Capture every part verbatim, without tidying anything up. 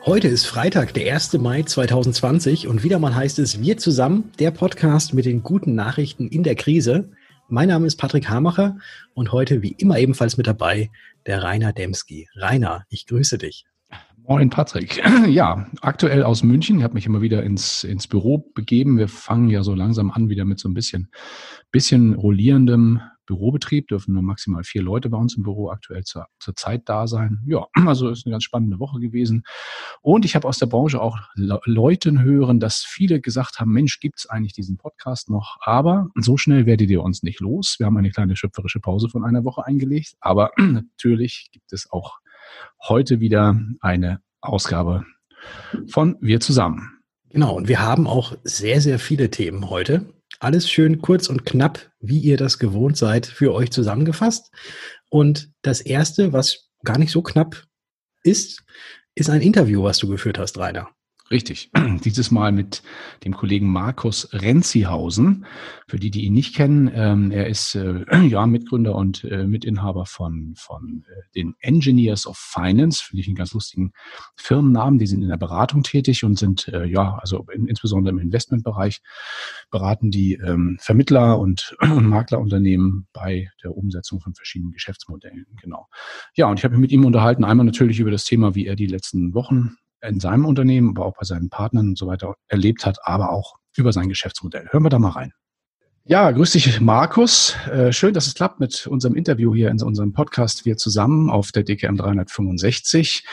Heute ist Freitag, der erste Mai zweitausendzwanzig und wieder mal heißt es Wir zusammen, der Podcast mit den guten Nachrichten in der Krise. Mein Name ist Patrick Hamacher und heute wie immer ebenfalls mit dabei der Rainer Demski. Rainer, ich grüße dich. Moin Patrick. Ja, aktuell aus München. Ich habe mich immer wieder ins, ins Büro begeben. Wir fangen ja so langsam an wieder mit so ein bisschen, bisschen rollierendem Bürobetrieb. Dürfen nur maximal vier Leute bei uns im Büro aktuell zur, zur Zeit da sein. Ja, also ist eine ganz spannende Woche gewesen. Und ich habe aus der Branche auch Le- Leuten hören, dass viele gesagt haben, Mensch, gibt's eigentlich diesen Podcast noch? Aber so schnell werdet ihr uns nicht los. Wir haben eine kleine schöpferische Pause von einer Woche eingelegt. Aber natürlich gibt es auch heute wieder eine Ausgabe von Wir zusammen. Genau, und wir haben auch sehr, sehr viele Themen heute. Alles schön kurz und knapp, wie ihr das gewohnt seid, für euch zusammengefasst. Und das Erste, was gar nicht so knapp ist, ist ein Interview, was du geführt hast, Rainer. Richtig. Dieses Mal mit dem Kollegen Markus Renzihausen. Für die, die ihn nicht kennen, ähm, er ist äh, ja Mitgründer und äh, Mitinhaber von, von äh, den Engineers of Finance. Finde ich einen ganz lustigen Firmennamen. Die sind in der Beratung tätig und sind äh, ja also in, insbesondere im Investmentbereich beraten die ähm, Vermittler und, und Maklerunternehmen bei der Umsetzung von verschiedenen Geschäftsmodellen. Genau. Ja, und ich habe mich mit ihm unterhalten. Einmal natürlich über das Thema, wie er die letzten Wochen in seinem Unternehmen, aber auch bei seinen Partnern und so weiter erlebt hat, aber auch über sein Geschäftsmodell. Hören wir da mal rein. Ja, grüß dich, Markus. Äh, schön, dass es klappt mit unserem Interview hier in unserem Podcast Wir zusammen auf der D K M dreihundertfünfundsechzig.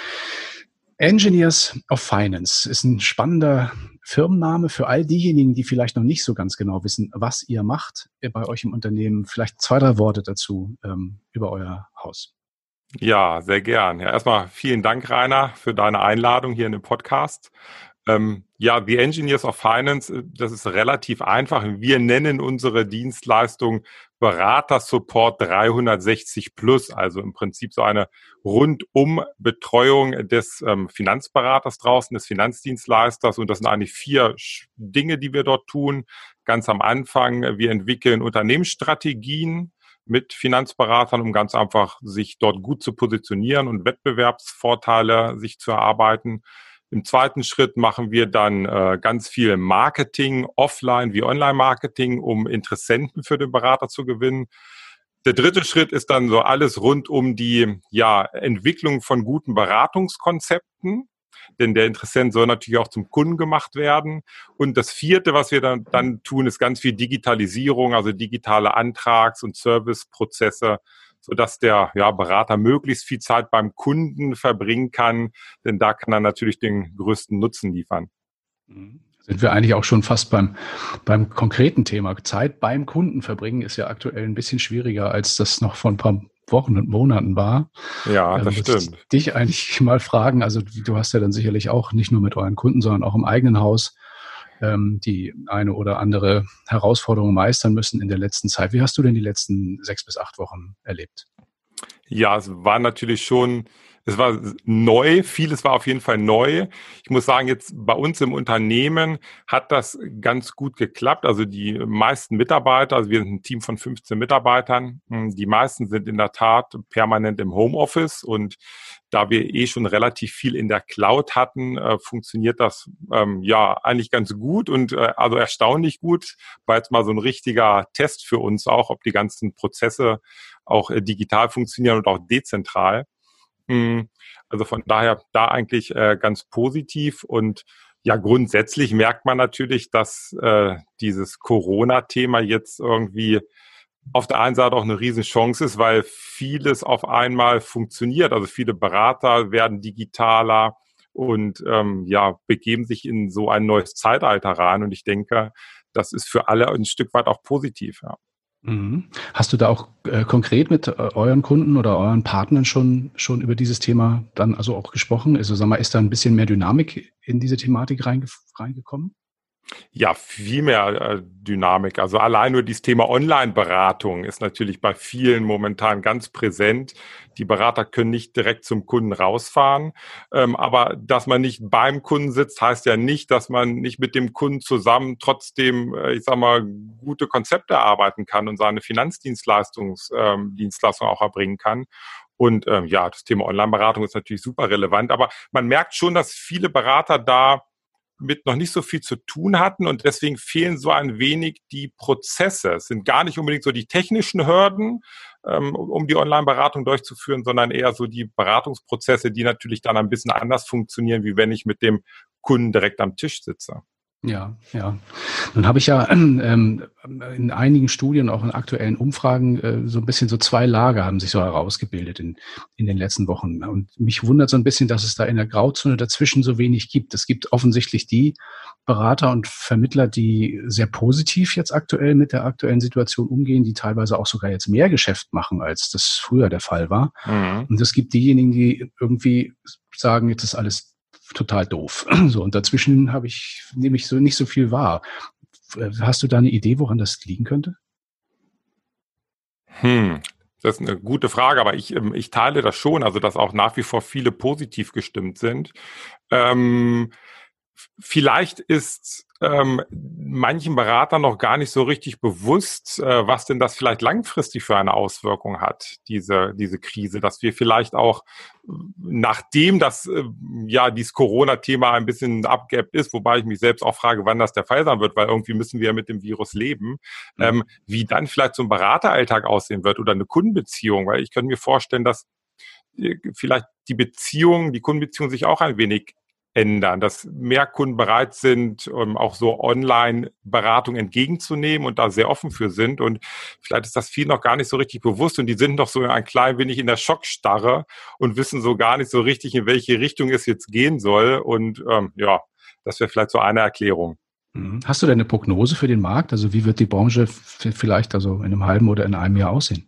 Engineers of Finance ist ein spannender Firmenname für all diejenigen, die vielleicht noch nicht so ganz genau wissen, was ihr macht bei euch im Unternehmen. Vielleicht zwei, drei Worte dazu ähm, über euer Haus. Ja, sehr gern. Ja, erstmal vielen Dank, Rainer, für deine Einladung hier in dem Podcast. Ähm, ja, The Engineers of Finance, das ist relativ einfach. Wir nennen unsere Dienstleistung Berater-Support dreihundertsechzig plus, also im Prinzip so eine Rundum-Betreuung des ähm, Finanzberaters draußen, des Finanzdienstleisters. Und das sind eigentlich vier Dinge, die wir dort tun. Ganz am Anfang, wir entwickeln Unternehmensstrategien mit Finanzberatern, um ganz einfach sich dort gut zu positionieren und Wettbewerbsvorteile sich zu erarbeiten. Im zweiten Schritt machen wir dann äh, ganz viel Marketing, Offline- wie Online-Marketing, um Interessenten für den Berater zu gewinnen. Der dritte Schritt ist dann so alles rund um die ja, Entwicklung von guten Beratungskonzepten. Denn der Interessent soll natürlich auch zum Kunden gemacht werden. Und das vierte, was wir dann, dann tun, ist ganz viel Digitalisierung, also digitale Antrags- und Serviceprozesse, sodass der ja, Berater möglichst viel Zeit beim Kunden verbringen kann, denn da kann er natürlich den größten Nutzen liefern. Sind wir eigentlich auch schon fast beim, beim konkreten Thema. Zeit beim Kunden verbringen ist ja aktuell ein bisschen schwieriger, als das noch vor ein paar Wochen und Monaten war. Ja, das ähm, stimmt. Ich dich eigentlich mal fragen, also du hast ja dann sicherlich auch nicht nur mit euren Kunden, sondern auch im eigenen Haus ähm, die eine oder andere Herausforderung meistern müssen in der letzten Zeit. Wie hast du denn die letzten sechs bis acht Wochen erlebt? Ja, es war natürlich schon, es war neu, vieles war auf jeden Fall neu. Ich muss sagen, jetzt bei uns im Unternehmen hat das ganz gut geklappt. Also die meisten Mitarbeiter, also wir sind ein Team von fünfzehn Mitarbeitern, die meisten sind in der Tat permanent im Homeoffice und da wir eh schon relativ viel in der Cloud hatten, äh, funktioniert das ähm, ja eigentlich ganz gut und äh, also erstaunlich gut. War jetzt mal so ein richtiger Test für uns auch, ob die ganzen Prozesse auch äh, digital funktionieren und auch dezentral. Hm, also von daher da eigentlich äh, ganz positiv und ja, grundsätzlich merkt man natürlich, dass äh, dieses Corona-Thema jetzt irgendwie auf der einen Seite auch eine Riesenchance ist, weil vieles auf einmal funktioniert. Also viele Berater werden digitaler und ähm, ja begeben sich in so ein neues Zeitalter rein. Und ich denke, das ist für alle ein Stück weit auch positiv. Ja. Mhm. Hast du da auch äh, konkret mit äh, euren Kunden oder euren Partnern schon schon über dieses Thema dann also auch gesprochen? Also sag mal, ist da ein bisschen mehr Dynamik in diese Thematik reinge- reingekommen? Ja, viel mehr äh, Dynamik. Also allein nur dieses Thema Online-Beratung ist natürlich bei vielen momentan ganz präsent. Die Berater können nicht direkt zum Kunden rausfahren. Ähm, aber dass man nicht beim Kunden sitzt, heißt ja nicht, dass man nicht mit dem Kunden zusammen trotzdem, äh, ich sag mal, gute Konzepte erarbeiten kann und seine Finanzdienstleistungs, ähm, Dienstleistung auch erbringen kann. Und ähm, ja, das Thema Online-Beratung ist natürlich super relevant. Aber man merkt schon, dass viele Berater da mit noch nicht so viel zu tun hatten und deswegen fehlen so ein wenig die Prozesse. Es sind gar nicht unbedingt so die technischen Hürden, ähm, um die Online-Beratung durchzuführen, sondern eher so die Beratungsprozesse, die natürlich dann ein bisschen anders funktionieren, wie wenn ich mit dem Kunden direkt am Tisch sitze. Ja, ja. Nun habe ich ja ähm, in einigen Studien, auch in aktuellen Umfragen, äh, so ein bisschen so zwei Lager haben sich so herausgebildet in, in den letzten Wochen. Und mich wundert so ein bisschen, dass es da in der Grauzone dazwischen so wenig gibt. Es gibt offensichtlich die Berater und Vermittler, die sehr positiv jetzt aktuell mit der aktuellen Situation umgehen, die teilweise auch sogar jetzt mehr Geschäft machen, als das früher der Fall war. Mhm. Und es gibt diejenigen, die irgendwie sagen, jetzt ist alles total doof. So, und dazwischen habe ich, nehme ich so nicht so viel wahr. Hast du da eine Idee, woran das liegen könnte? Hm, das ist eine gute Frage, aber ich, ich teile das schon, also dass auch nach wie vor viele positiv gestimmt sind. Ähm, vielleicht ist ähm, manchen Beratern noch gar nicht so richtig bewusst, äh, was denn das vielleicht langfristig für eine Auswirkung hat, diese diese Krise, dass wir vielleicht auch, nachdem das äh, ja dieses Corona-Thema ein bisschen abgeebbt ist, wobei ich mich selbst auch frage, wann das der Fall sein wird, weil irgendwie müssen wir ja mit dem Virus leben, mhm. ähm, wie dann vielleicht so ein Berateralltag aussehen wird oder eine Kundenbeziehung, weil ich könnte mir vorstellen, dass äh, vielleicht die Beziehung, die Kundenbeziehung sich auch ein wenig ändern, dass mehr Kunden bereit sind, um auch so Online-Beratung entgegenzunehmen und da sehr offen für sind. Und vielleicht ist das vielen noch gar nicht so richtig bewusst und die sind noch so ein klein wenig in der Schockstarre und wissen so gar nicht so richtig, in welche Richtung es jetzt gehen soll. Und ähm, ja, das wäre vielleicht so eine Erklärung. Hast du denn eine Prognose für den Markt? Also wie wird die Branche vielleicht also in einem halben oder in einem Jahr aussehen?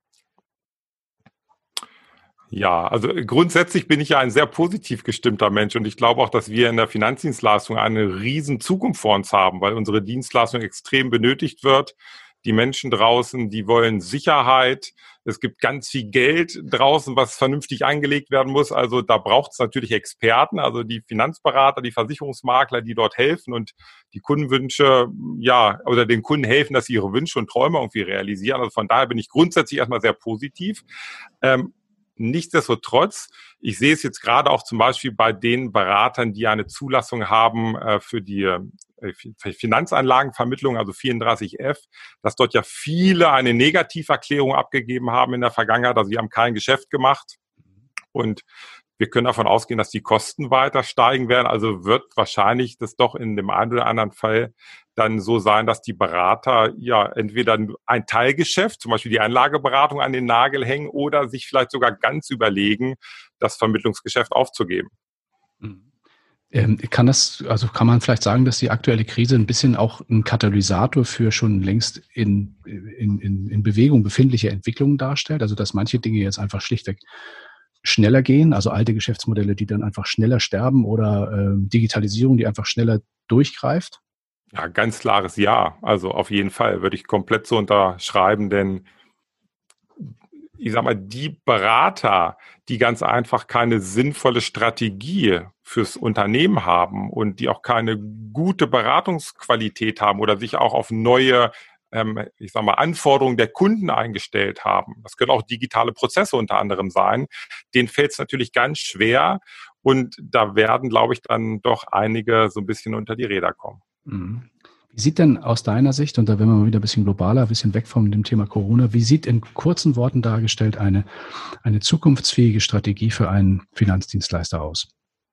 Ja, also grundsätzlich bin ich ja ein sehr positiv gestimmter Mensch und ich glaube auch, dass wir in der Finanzdienstleistung eine riesen Zukunft vor uns haben, weil unsere Dienstleistung extrem benötigt wird. Die Menschen draußen, die wollen Sicherheit. Es gibt ganz viel Geld draußen, was vernünftig angelegt werden muss. Also da braucht es natürlich Experten, also die Finanzberater, die Versicherungsmakler, die dort helfen und die Kundenwünsche, ja, oder den Kunden helfen, dass sie ihre Wünsche und Träume irgendwie realisieren. Also von daher bin ich grundsätzlich erstmal sehr positiv. Ähm, Nichtsdestotrotz, ich sehe es jetzt gerade auch zum Beispiel bei den Beratern, die eine Zulassung haben äh, für die äh, Finanzanlagenvermittlung, also vierunddreißig F, dass dort ja viele eine Negativerklärung abgegeben haben in der Vergangenheit. Also sie haben kein Geschäft gemacht und wir können davon ausgehen, dass die Kosten weiter steigen werden. Also wird wahrscheinlich das doch in dem einen oder anderen Fall dann so sein, dass die Berater ja entweder ein Teilgeschäft, zum Beispiel die Anlageberatung, an den Nagel hängen oder sich vielleicht sogar ganz überlegen, das Vermittlungsgeschäft aufzugeben. Ähm, kann das, also kann man vielleicht sagen, dass die aktuelle Krise ein bisschen auch ein Katalysator für schon längst in, in, in, in Bewegung befindliche Entwicklungen darstellt? Also dass manche Dinge jetzt einfach schlichtweg schneller gehen, also alte Geschäftsmodelle, die dann einfach schneller sterben oder äh, Digitalisierung, die einfach schneller durchgreift? Ja, ganz klares Ja. Also auf jeden Fall würde ich komplett so unterschreiben, denn ich sag mal, die Berater, die ganz einfach keine sinnvolle Strategie fürs Unternehmen haben und die auch keine gute Beratungsqualität haben oder sich auch auf neue Ähm, ich sag mal, Anforderungen der Kunden eingestellt haben. Das können auch digitale Prozesse unter anderem sein. Denen fällt es natürlich ganz schwer und da werden, glaube ich, dann doch einige so ein bisschen unter die Räder kommen. Mhm. Wie sieht denn aus deiner Sicht, und da werden wir mal wieder ein bisschen globaler, ein bisschen weg von dem Thema Corona, wie sieht in kurzen Worten dargestellt eine, eine zukunftsfähige Strategie für einen Finanzdienstleister aus?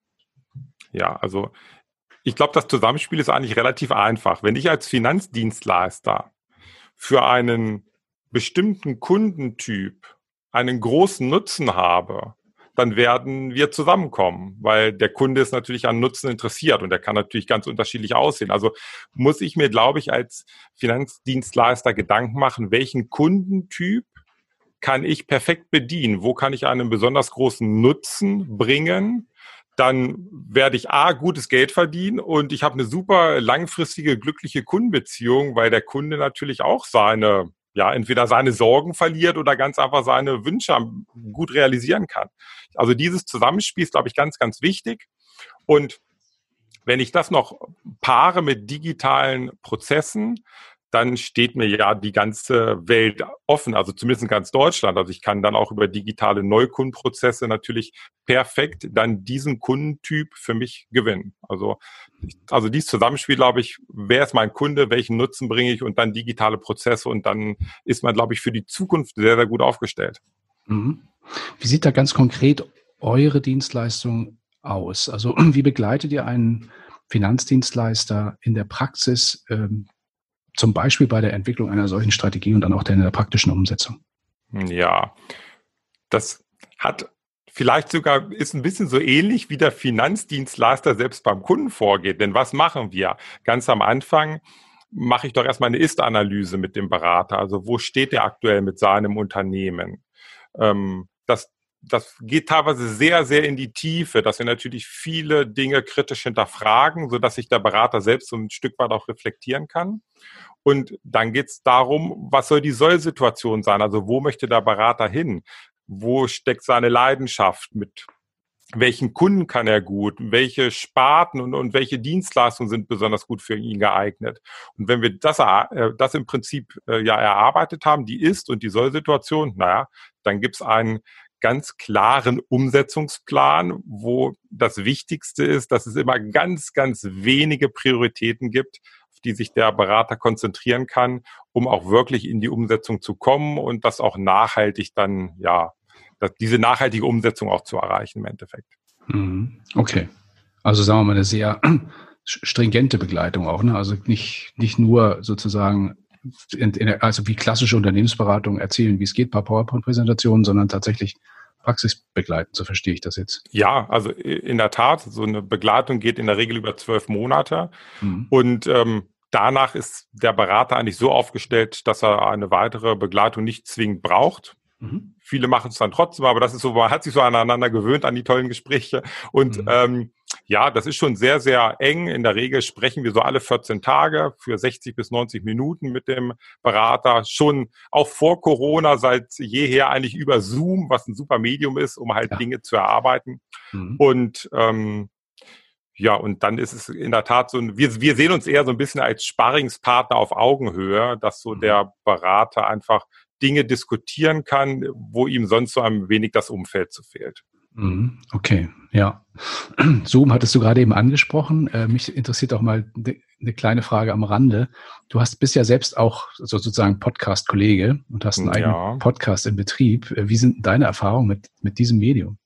Ja, also ich glaube, das Zusammenspiel ist eigentlich relativ einfach. Wenn ich als Finanzdienstleister für einen bestimmten Kundentyp einen großen Nutzen habe, dann werden wir zusammenkommen, weil der Kunde ist natürlich an Nutzen interessiert und der kann natürlich ganz unterschiedlich aussehen. Also muss ich mir, glaube ich, als Finanzdienstleister Gedanken machen, welchen Kundentyp kann ich perfekt bedienen? Wo kann ich einen besonders großen Nutzen bringen, dann werde ich A, gutes Geld verdienen und ich habe eine super langfristige, glückliche Kundenbeziehung, weil der Kunde natürlich auch seine, ja, entweder seine Sorgen verliert oder ganz einfach seine Wünsche gut realisieren kann. Also dieses Zusammenspiel ist, glaube ich, ganz, ganz wichtig. Und wenn ich das noch paare mit digitalen Prozessen, dann steht mir ja die ganze Welt offen, also zumindest in ganz Deutschland. Also ich kann dann auch über digitale Neukundenprozesse natürlich perfekt dann diesen Kundentyp für mich gewinnen. Also, also dieses Zusammenspiel, glaube ich, wer ist mein Kunde, welchen Nutzen bringe ich und dann digitale Prozesse und dann ist man, glaube ich, für die Zukunft sehr, sehr gut aufgestellt. Mhm. Wie sieht da ganz konkret eure Dienstleistung aus? Also wie begleitet ihr einen Finanzdienstleister in der Praxis, ähm, zum Beispiel bei der Entwicklung einer solchen Strategie und dann auch in der praktischen Umsetzung? Ja, das hat vielleicht sogar, ist ein bisschen so ähnlich, wie der Finanzdienstleister selbst beim Kunden vorgeht. Denn was machen wir? Ganz am Anfang mache ich doch erstmal eine Ist-Analyse mit dem Berater. Also wo steht der aktuell mit seinem Unternehmen? Ähm, das Das geht teilweise sehr, sehr in die Tiefe, dass wir natürlich viele Dinge kritisch hinterfragen, sodass sich der Berater selbst so ein Stück weit auch reflektieren kann. Und dann geht es darum, was soll die Soll-Situation sein? Also wo möchte der Berater hin? Wo steckt seine Leidenschaft mit? Welchen Kunden kann er gut? Welche Sparten und, und welche Dienstleistungen sind besonders gut für ihn geeignet? Und wenn wir das, äh, das im Prinzip äh, ja erarbeitet haben, die Ist- und die Soll-Situation, naja, dann gibt es einen ganz klaren Umsetzungsplan, wo das Wichtigste ist, dass es immer ganz, ganz wenige Prioritäten gibt, auf die sich der Berater konzentrieren kann, um auch wirklich in die Umsetzung zu kommen und das auch nachhaltig dann, ja, dass diese nachhaltige Umsetzung auch zu erreichen im Endeffekt. Okay. Also sagen wir mal eine sehr stringente Begleitung auch, ne? Also nicht, nicht nur sozusagen in, in, also wie klassische Unternehmensberatung erzählen, wie es geht, ein paar PowerPoint-Präsentationen, sondern tatsächlich Praxis begleiten, so verstehe ich das jetzt. Ja, also in der Tat, so eine Begleitung geht in der Regel über zwölf Monate mhm. und ähm, danach ist der Berater eigentlich so aufgestellt, dass er eine weitere Begleitung nicht zwingend braucht. Mhm. Viele machen es dann trotzdem, aber das ist so, man hat sich so aneinander gewöhnt an die tollen Gespräche und mhm. ähm, ja, das ist schon sehr, sehr eng. In der Regel sprechen wir so alle vierzehn Tage für sechzig bis neunzig Minuten mit dem Berater. Schon auch vor Corona seit jeher eigentlich über Zoom, was ein super Medium ist, um halt ja. Dinge zu erarbeiten. Mhm. Und ähm, ja, und dann ist es in der Tat so, wir, wir sehen uns eher so ein bisschen als Sparringspartner auf Augenhöhe, dass so mhm. der Berater einfach Dinge diskutieren kann, wo ihm sonst so ein wenig das Umfeld zu fehlt. Okay, ja. Zoom hattest du gerade eben angesprochen. Äh, mich interessiert auch mal de, eine kleine Frage am Rande. Du hast bist ja selbst auch sozusagen Podcast-Kollege und hast einen ja. eigenen Podcast in Betrieb. Wie sind deine Erfahrungen mit, mit diesem Medium?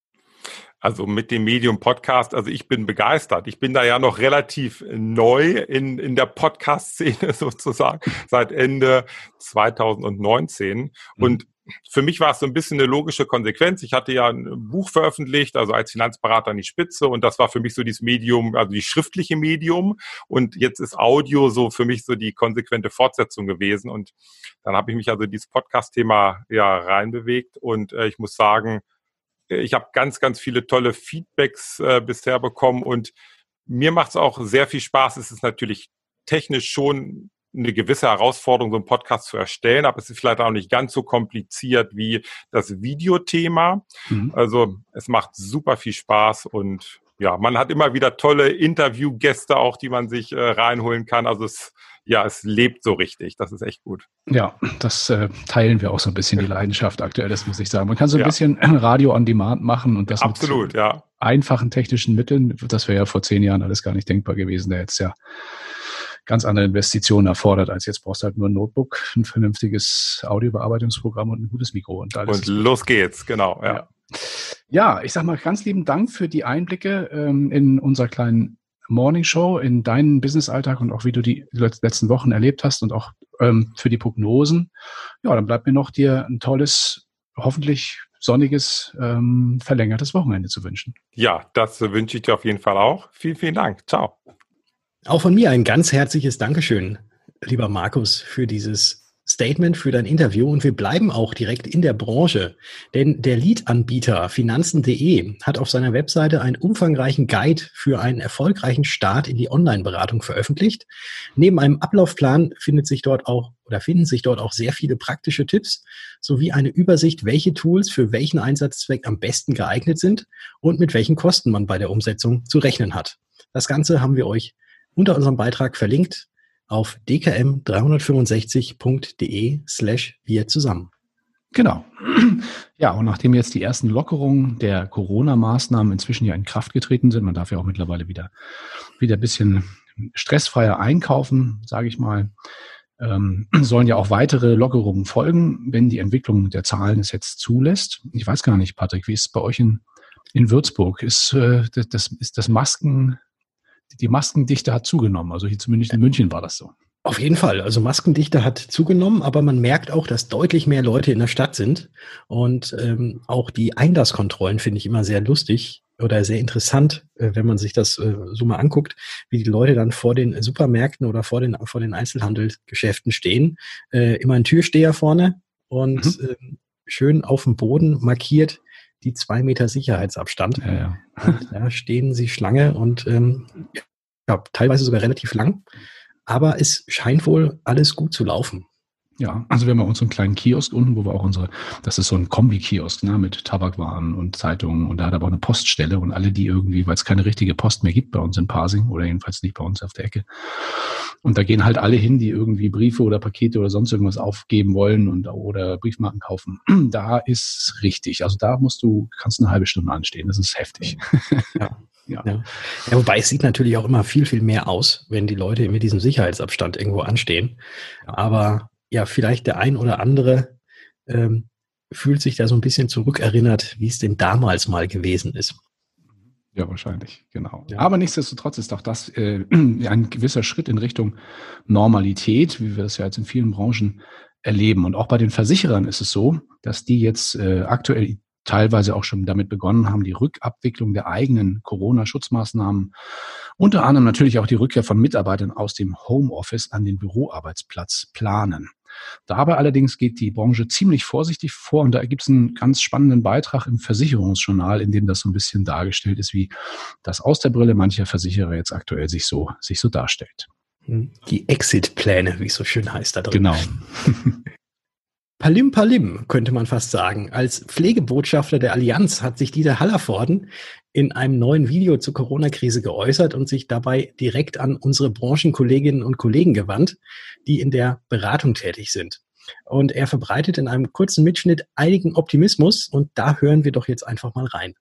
Also mit dem Medium Podcast, also ich bin begeistert. Ich bin da ja noch relativ neu in, in der Podcast-Szene sozusagen, seit Ende zwanzig neunzehn. Mhm. Und für mich war es so ein bisschen eine logische Konsequenz. Ich hatte ja ein Buch veröffentlicht, also als Finanzberater an die Spitze. Und das war für mich so dieses Medium, also die schriftliche Medium. Und jetzt ist Audio so für mich so die konsequente Fortsetzung gewesen. Und dann habe ich mich also in dieses Podcast-Thema ja reinbewegt. Und äh, ich muss sagen, ich habe ganz, ganz viele tolle Feedbacks äh, bisher bekommen und mir macht es auch sehr viel Spaß. Es ist natürlich technisch schon eine gewisse Herausforderung, so einen Podcast zu erstellen, aber es ist vielleicht auch nicht ganz so kompliziert wie das Videothema. Mhm. Also es macht super viel Spaß und ja, man hat immer wieder tolle Interviewgäste auch, die man sich äh, reinholen kann. Also es ja, es lebt so richtig. Das ist echt gut. Ja, das äh, teilen wir auch so ein bisschen, die Leidenschaft aktuell, das muss ich sagen. Man kann so ein ja. bisschen Radio on Demand machen und das Absolut, mit ja. einfachen technischen Mitteln. Das wäre ja vor zehn Jahren alles gar nicht denkbar gewesen. Da hätte es ja ganz andere Investitionen erfordert, als jetzt brauchst du halt nur ein Notebook, ein vernünftiges Audiobearbeitungsprogramm und ein gutes Mikro. Und, alles und los geht's, genau. Ja. ja. Ja, ich sag mal ganz lieben Dank für die Einblicke ähm, in unserer kleinen Morning Show, in deinen Business-Alltag und auch wie du die letzten Wochen erlebt hast und auch ähm, für die Prognosen. Ja, dann bleibt mir noch dir ein tolles, hoffentlich sonniges, ähm, verlängertes Wochenende zu wünschen. Ja, das wünsche ich dir auf jeden Fall auch. Vielen, vielen Dank. Ciao. Auch von mir ein ganz herzliches Dankeschön, lieber Markus, für dieses Statement für dein Interview und wir bleiben auch direkt in der Branche, denn der Lead-Anbieter finanzen punkt de hat auf seiner Webseite einen umfangreichen Guide für einen erfolgreichen Start in die Online-Beratung veröffentlicht. Neben einem Ablaufplan findet sich dort auch oder finden sich dort auch sehr viele praktische Tipps sowie eine Übersicht, welche Tools für welchen Einsatzzweck am besten geeignet sind und mit welchen Kosten man bei der Umsetzung zu rechnen hat. Das Ganze haben wir euch unter unserem Beitrag verlinkt auf d k m dreihundertfünfundsechzig punkt de slash wir zusammen. Genau. Ja, und nachdem jetzt die ersten Lockerungen der Corona-Maßnahmen inzwischen ja in Kraft getreten sind, man darf ja auch mittlerweile wieder, wieder ein bisschen stressfreier einkaufen, sage ich mal, ähm, sollen ja auch weitere Lockerungen folgen, wenn die Entwicklung der Zahlen es jetzt zulässt. Ich weiß gar nicht, Patrick, wie ist es bei euch in, in Würzburg? Ist, äh, das, ist das Masken... Die Maskendichte hat zugenommen, also hier zumindest in München war das so. Auf jeden Fall, also Maskendichte hat zugenommen, aber man merkt auch, dass deutlich mehr Leute in der Stadt sind und ähm, auch die Einlasskontrollen finde ich immer sehr lustig oder sehr interessant, äh, wenn man sich das äh, so mal anguckt, wie die Leute dann vor den Supermärkten oder vor den, vor den Einzelhandelsgeschäften stehen, äh, immer ein Türsteher vorne und mhm. äh, schön auf dem Boden markiert die zwei Meter Sicherheitsabstand. Ja, ja. Und da stehen sie Schlange und ähm, ja, teilweise sogar relativ lang. Aber es scheint wohl alles gut zu laufen. Ja, also wir haben ja unseren kleinen Kiosk unten, wo wir auch unsere, das ist so ein Kombi-Kiosk, ne, mit Tabakwaren und Zeitungen und da hat aber auch eine Poststelle und alle, die irgendwie, weil es keine richtige Post mehr gibt bei uns in Pasing oder jedenfalls nicht bei uns auf der Ecke. Und da gehen halt alle hin, die irgendwie Briefe oder Pakete oder sonst irgendwas aufgeben wollen und oder Briefmarken kaufen. Da ist richtig. Also da musst du, kannst eine halbe Stunde anstehen. Das ist heftig. Ja. Ja. Ja. Ja, wobei es sieht natürlich auch immer viel, viel mehr aus, wenn die Leute mit diesem Sicherheitsabstand irgendwo anstehen. Aber ja, vielleicht der ein oder andere ähm, fühlt sich da so ein bisschen zurückerinnert, wie es denn damals mal gewesen ist. Ja, wahrscheinlich, genau. Ja. Aber nichtsdestotrotz ist auch das äh, ein gewisser Schritt in Richtung Normalität, wie wir das ja jetzt in vielen Branchen erleben. Und auch bei den Versicherern ist es so, dass die jetzt äh, aktuell teilweise auch schon damit begonnen haben, die Rückabwicklung der eigenen Corona-Schutzmaßnahmen, unter anderem natürlich auch die Rückkehr von Mitarbeitern aus dem Homeoffice an den Büroarbeitsplatz planen. Dabei allerdings geht die Branche ziemlich vorsichtig vor und da gibt es einen ganz spannenden Beitrag im Versicherungsjournal, in dem das so ein bisschen dargestellt ist, wie das aus der Brille mancher Versicherer jetzt aktuell sich so, sich so darstellt. Die Exit-Pläne, wie es so schön heißt da drin. Genau. Palim Palim, könnte man fast sagen. Als Pflegebotschafter der Allianz hat sich Dieter Hallervorden in einem neuen Video zur Corona-Krise geäußert und sich dabei direkt an unsere Branchenkolleginnen und Kollegen gewandt, die in der Beratung tätig sind. Und er verbreitet in einem kurzen Mitschnitt einigen Optimismus und da hören wir doch jetzt einfach mal rein.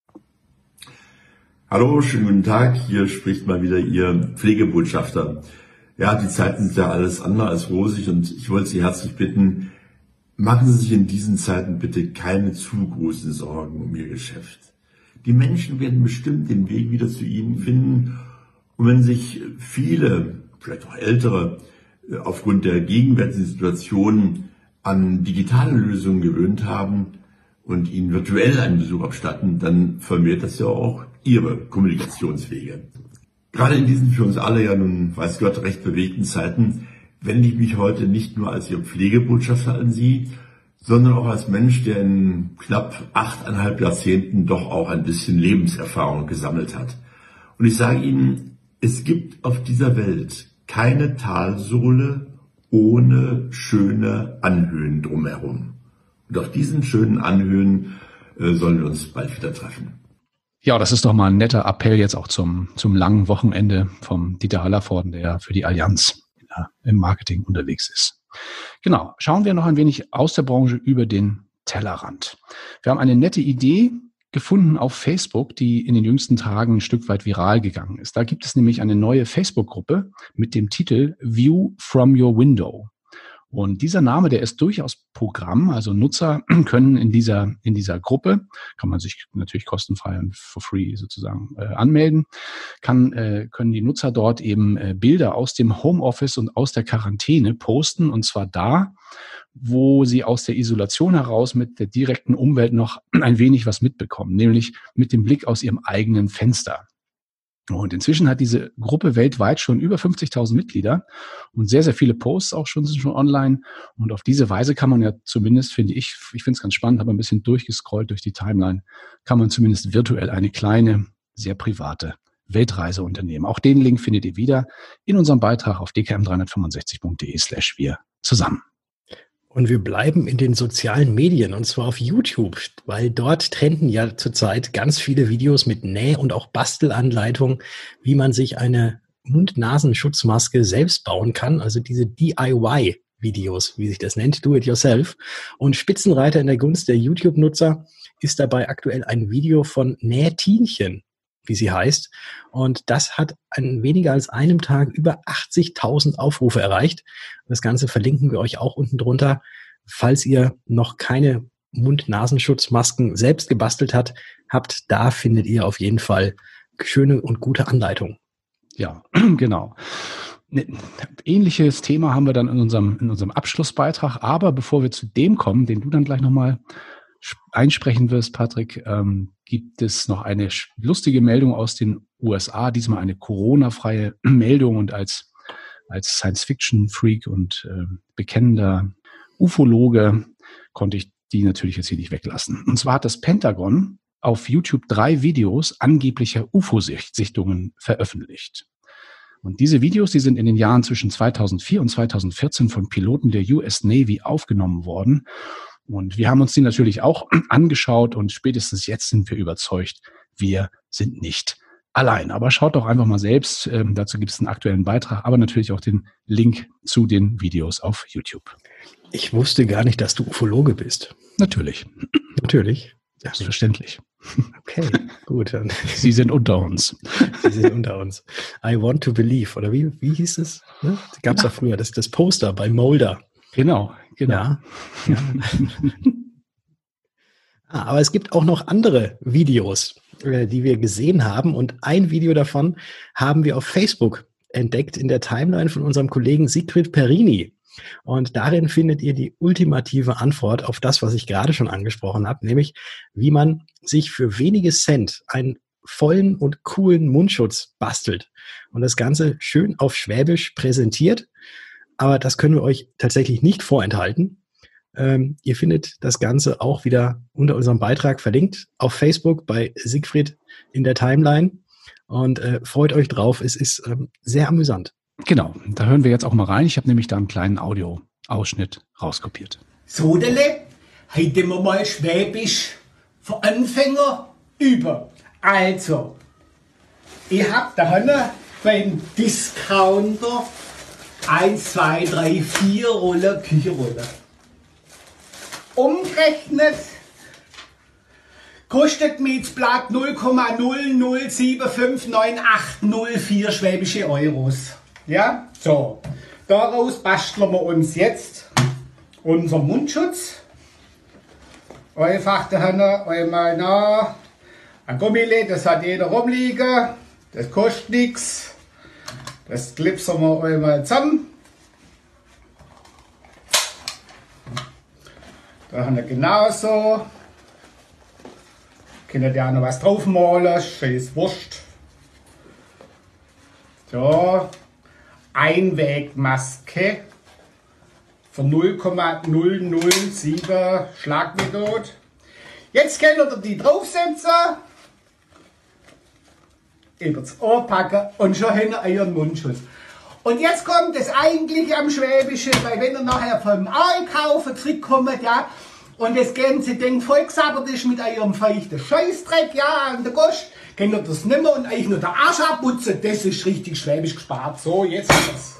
Hallo, schönen guten Tag. Hier spricht mal wieder Ihr Pflegebotschafter. Ja, die Zeiten sind ja alles andere als rosig und ich wollte Sie herzlich bitten, machen Sie sich in diesen Zeiten bitte keine zu großen Sorgen um Ihr Geschäft. Die Menschen werden bestimmt den Weg wieder zu Ihnen finden. Und wenn sich viele, vielleicht auch Ältere, aufgrund der gegenwärtigen Situation an digitale Lösungen gewöhnt haben und Ihnen virtuell einen Besuch abstatten, dann vermehrt das ja auch Ihre Kommunikationswege. Gerade in diesen für uns alle ja nun, weiß Gott, recht bewegten Zeiten wende ich mich heute nicht nur als Ihr Pflegebotschafter an Sie, sondern auch als Mensch, der in knapp achteinhalb Jahrzehnten doch auch ein bisschen Lebenserfahrung gesammelt hat. Und ich sage Ihnen, es gibt auf dieser Welt keine Talsohle ohne schöne Anhöhen drumherum. Und auf diesen schönen Anhöhen äh, sollen wir uns bald wieder treffen. Ja, das ist doch mal ein netter Appell jetzt auch zum, zum langen Wochenende vom Dieter Hallervorden, der für die Allianz ja, im Marketing unterwegs ist. Genau, schauen wir noch ein wenig aus der Branche über den Tellerrand. Wir haben eine nette Idee gefunden auf Facebook, die in den jüngsten Tagen ein Stück weit viral gegangen ist. Da gibt es nämlich eine neue Facebook-Gruppe mit dem Titel View from Your Window. Und dieser Name, der ist durchaus Programm, also Nutzer können in dieser in dieser Gruppe, kann man sich natürlich kostenfrei und for free sozusagen äh, anmelden, kann äh, können die Nutzer dort eben äh, Bilder aus dem Homeoffice und aus der Quarantäne posten und zwar da, wo sie aus der Isolation heraus mit der direkten Umwelt noch ein wenig was mitbekommen, nämlich mit dem Blick aus ihrem eigenen Fenster. Und inzwischen hat diese Gruppe weltweit schon über fünfzigtausend Mitglieder und sehr, sehr viele Posts auch schon, sind schon online. Und auf diese Weise kann man ja zumindest, finde ich, ich finde es ganz spannend, habe ein bisschen durchgescrollt durch die Timeline, kann man zumindest virtuell eine kleine, sehr private Weltreise unternehmen. Auch den Link findet ihr wieder in unserem Beitrag auf d k m dreihundertfünfundsechzig punkt de slash wir zusammen. Und wir bleiben in den sozialen Medien, und zwar auf YouTube, weil dort trenden ja zurzeit ganz viele Videos mit Näh- und auch Bastelanleitungen, wie man sich eine Mund-Nasen-Schutzmaske selbst bauen kann, also diese D I Y-Videos, wie sich das nennt, do it yourself. Und Spitzenreiter in der Gunst der YouTube-Nutzer ist dabei aktuell ein Video von Nähtinchen, wie sie heißt. Und das hat in weniger als einem Tag über achtzigtausend Aufrufe erreicht. Das Ganze verlinken wir euch auch unten drunter. Falls ihr noch keine Mund-Nasenschutzmasken selbst gebastelt habt, habt, da findet ihr auf jeden Fall schöne und gute Anleitungen. Ja, genau. Ähnliches Thema haben wir dann in unserem, in unserem Abschlussbeitrag. Aber bevor wir zu dem kommen, den du dann gleich nochmal einsprechen wirst, Patrick, ähm, gibt es noch eine lustige Meldung aus den U S A, diesmal eine Corona-freie Meldung, und als, als Science-Fiction-Freak und äh, bekennender Ufologe konnte ich die natürlich jetzt hier nicht weglassen. Und zwar hat das Pentagon auf YouTube drei Videos angeblicher U F O-Sichtungen veröffentlicht. Und diese Videos, die sind in den Jahren zwischen zweitausendvier und zweitausendvierzehn von Piloten der U S Navy aufgenommen worden. Und wir haben uns die natürlich auch angeschaut, und spätestens jetzt sind wir überzeugt, wir sind nicht allein. Aber schaut doch einfach mal selbst. Ähm, dazu gibt es einen aktuellen Beitrag, aber natürlich auch den Link zu den Videos auf YouTube. Ich wusste gar nicht, dass du Ufologe bist. Natürlich. Natürlich. Selbstverständlich. Okay, gut. Dann. Sie sind unter uns. Sie sind unter uns. I want to believe, oder wie, wie hieß es? Ne? Gab es ja früher, das, das Poster bei Mulder. Genau, genau. Ja. ja. ah, aber es gibt auch noch andere Videos, äh, die wir gesehen haben. Und ein Video davon haben wir auf Facebook entdeckt in der Timeline von unserem Kollegen Siegfried Perini. Und darin findet ihr die ultimative Antwort auf das, was ich gerade schon angesprochen habe, nämlich wie man sich für wenige Cent einen vollen und coolen Mundschutz bastelt und das Ganze schön auf Schwäbisch präsentiert. Aber das können wir euch tatsächlich nicht vorenthalten. Ähm, ihr findet das Ganze auch wieder unter unserem Beitrag verlinkt auf Facebook bei Siegfried in der Timeline. Und äh, freut euch drauf. Es ist ähm, sehr amüsant. Genau, da hören wir jetzt auch mal rein. Ich habe nämlich da einen kleinen Audio-Ausschnitt rauskopiert. Sodele, heute wir mal Schwäbisch für Anfänger üben. Also, ich hab da hinten beim Discounter eins, zwei, drei, vier Rolle Küchenrolle. Umgerechnet kostet mir das Blatt null Komma null null sieben fünf neun acht null vier schwäbische Euros. Ja, so. Daraus basteln wir uns jetzt unseren Mundschutz. Einfach dahinter einmal nach. Ein Gummile, das hat jeder rumliegen. Das kostet nichts. Das klipsen wir einmal zusammen. Da haben wir genauso. Könnt ihr auch noch was draufmalen, scheiß Wurst. So. Einwegmaske für null Komma null null sieben Schlagmethode. Jetzt könnt ihr die draufsetzen, über das Ohr packen und schon hinter euren Mundschutz. Und jetzt kommt das Eigentliche am Schwäbischen, weil wenn ihr nachher vom Einkaufen zurückkommt, ja, und das ganze Ding vollgesabbert ist mit eurem feuchten Scheißdreck, ja, an der Gosch, könnt ihr das nimmer und euch nur der Arsch abputzen, das ist richtig schwäbisch gespart. So, jetzt ist das.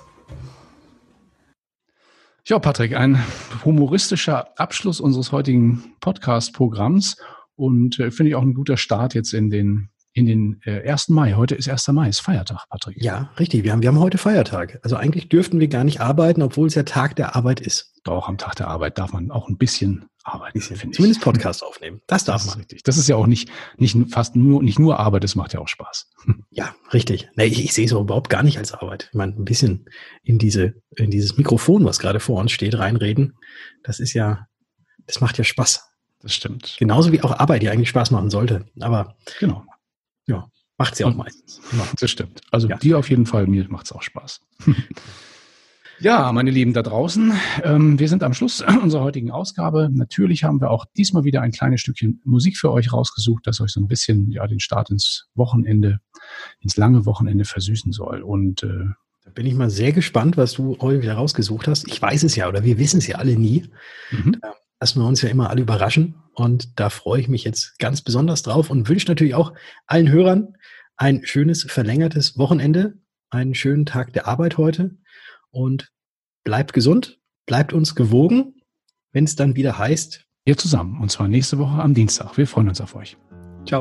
Ja, Patrick, ein humoristischer Abschluss unseres heutigen Podcast-Programms und äh, finde ich auch ein guter Start jetzt in den in den äh, ersten Mai. Heute ist erster Mai, ist Feiertag, Patrick. Ja, richtig. Wir haben, wir haben heute Feiertag. Also eigentlich dürften wir gar nicht arbeiten, obwohl es ja Tag der Arbeit ist. Doch, am Tag der Arbeit darf man auch ein bisschen arbeiten, finde ich. Zumindest Podcast aufnehmen. Das darf das man. Ist richtig. Das ist ja auch nicht, nicht fast nur, nicht nur Arbeit, das macht ja auch Spaß. Ja, richtig. Nee, ich, ich sehe es auch überhaupt gar nicht als Arbeit. Ich meine, ein bisschen in diese, in dieses Mikrofon, was gerade vor uns steht, reinreden. Das ist ja, das macht ja Spaß. Das stimmt. Genauso wie auch Arbeit, die eigentlich Spaß machen sollte. Aber genau. Ja. Macht sie auch meistens. Das stimmt. Also ja. dir auf jeden Fall, mir macht es auch Spaß. Ja, meine Lieben da draußen, ähm, wir sind am Schluss unserer heutigen Ausgabe. Natürlich haben wir auch diesmal wieder ein kleines Stückchen Musik für euch rausgesucht, das euch so ein bisschen ja den Start ins Wochenende, ins lange Wochenende versüßen soll. Und äh, da bin ich mal sehr gespannt, was du heute wieder rausgesucht hast. Ich weiß es ja, oder wir wissen es ja alle nie. Mhm. Da lassen wir uns ja immer alle überraschen. Und da freue ich mich jetzt ganz besonders drauf und wünsche natürlich auch allen Hörern ein schönes, verlängertes Wochenende, einen schönen Tag der Arbeit heute. Und bleibt gesund, bleibt uns gewogen, wenn es dann wieder heißt. Wir zusammen, und zwar nächste Woche am Dienstag. Wir freuen uns auf euch. Ciao.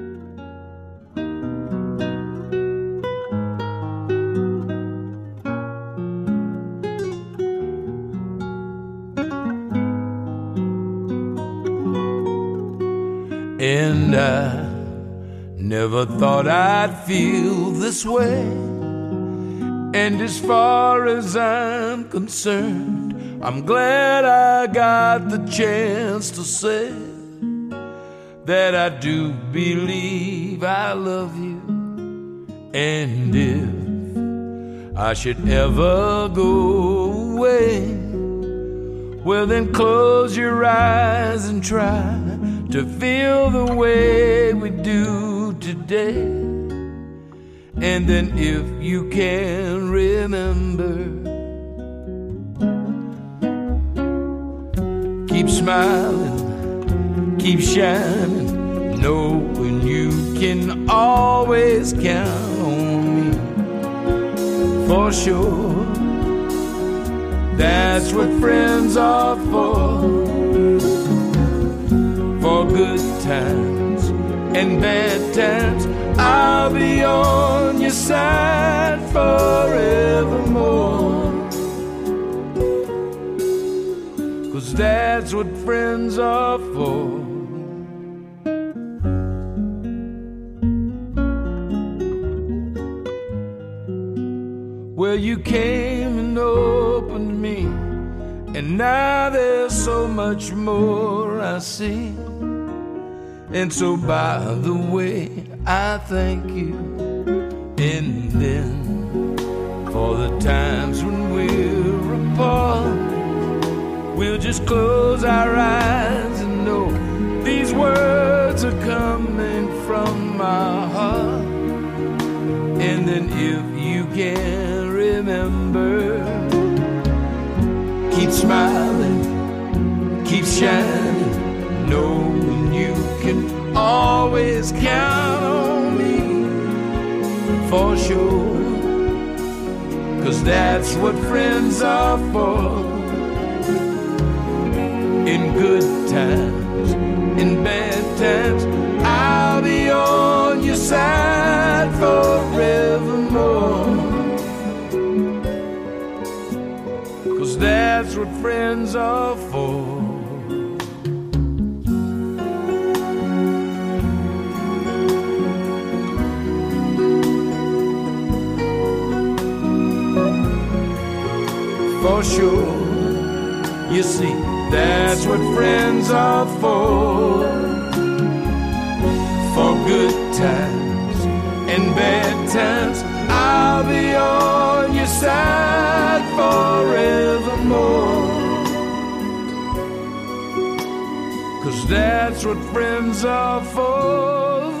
And I never thought I'd feel this way. And as far as I'm concerned, I'm glad I got the chance to say that I do believe I love you. And if I should ever go away, well then close your eyes and try to feel the way we do today. And then if you can remember, keep smiling, keep shining, knowing you can always count on me. For sure, that's what friends are for. For good times and bad times, I'll be on your side forevermore. 'Cause that's what friends are for. Well, you came and opened me, and now there's so much more I see. And so by the way, I thank you. And then for the times when we're apart, we'll just close our eyes and know these words are coming from my heart. And then if you can remember, keep smiling, keep shining, knowing you can always count on me. For sure, 'cause that's what friends are for. In good times, in bad times, I'll be on your side forevermore. 'Cause that's what friends are for. For sure, you see, that's what friends are for. For good times and bad times, I'll be on your side forevermore. 'Cause that's what friends are for.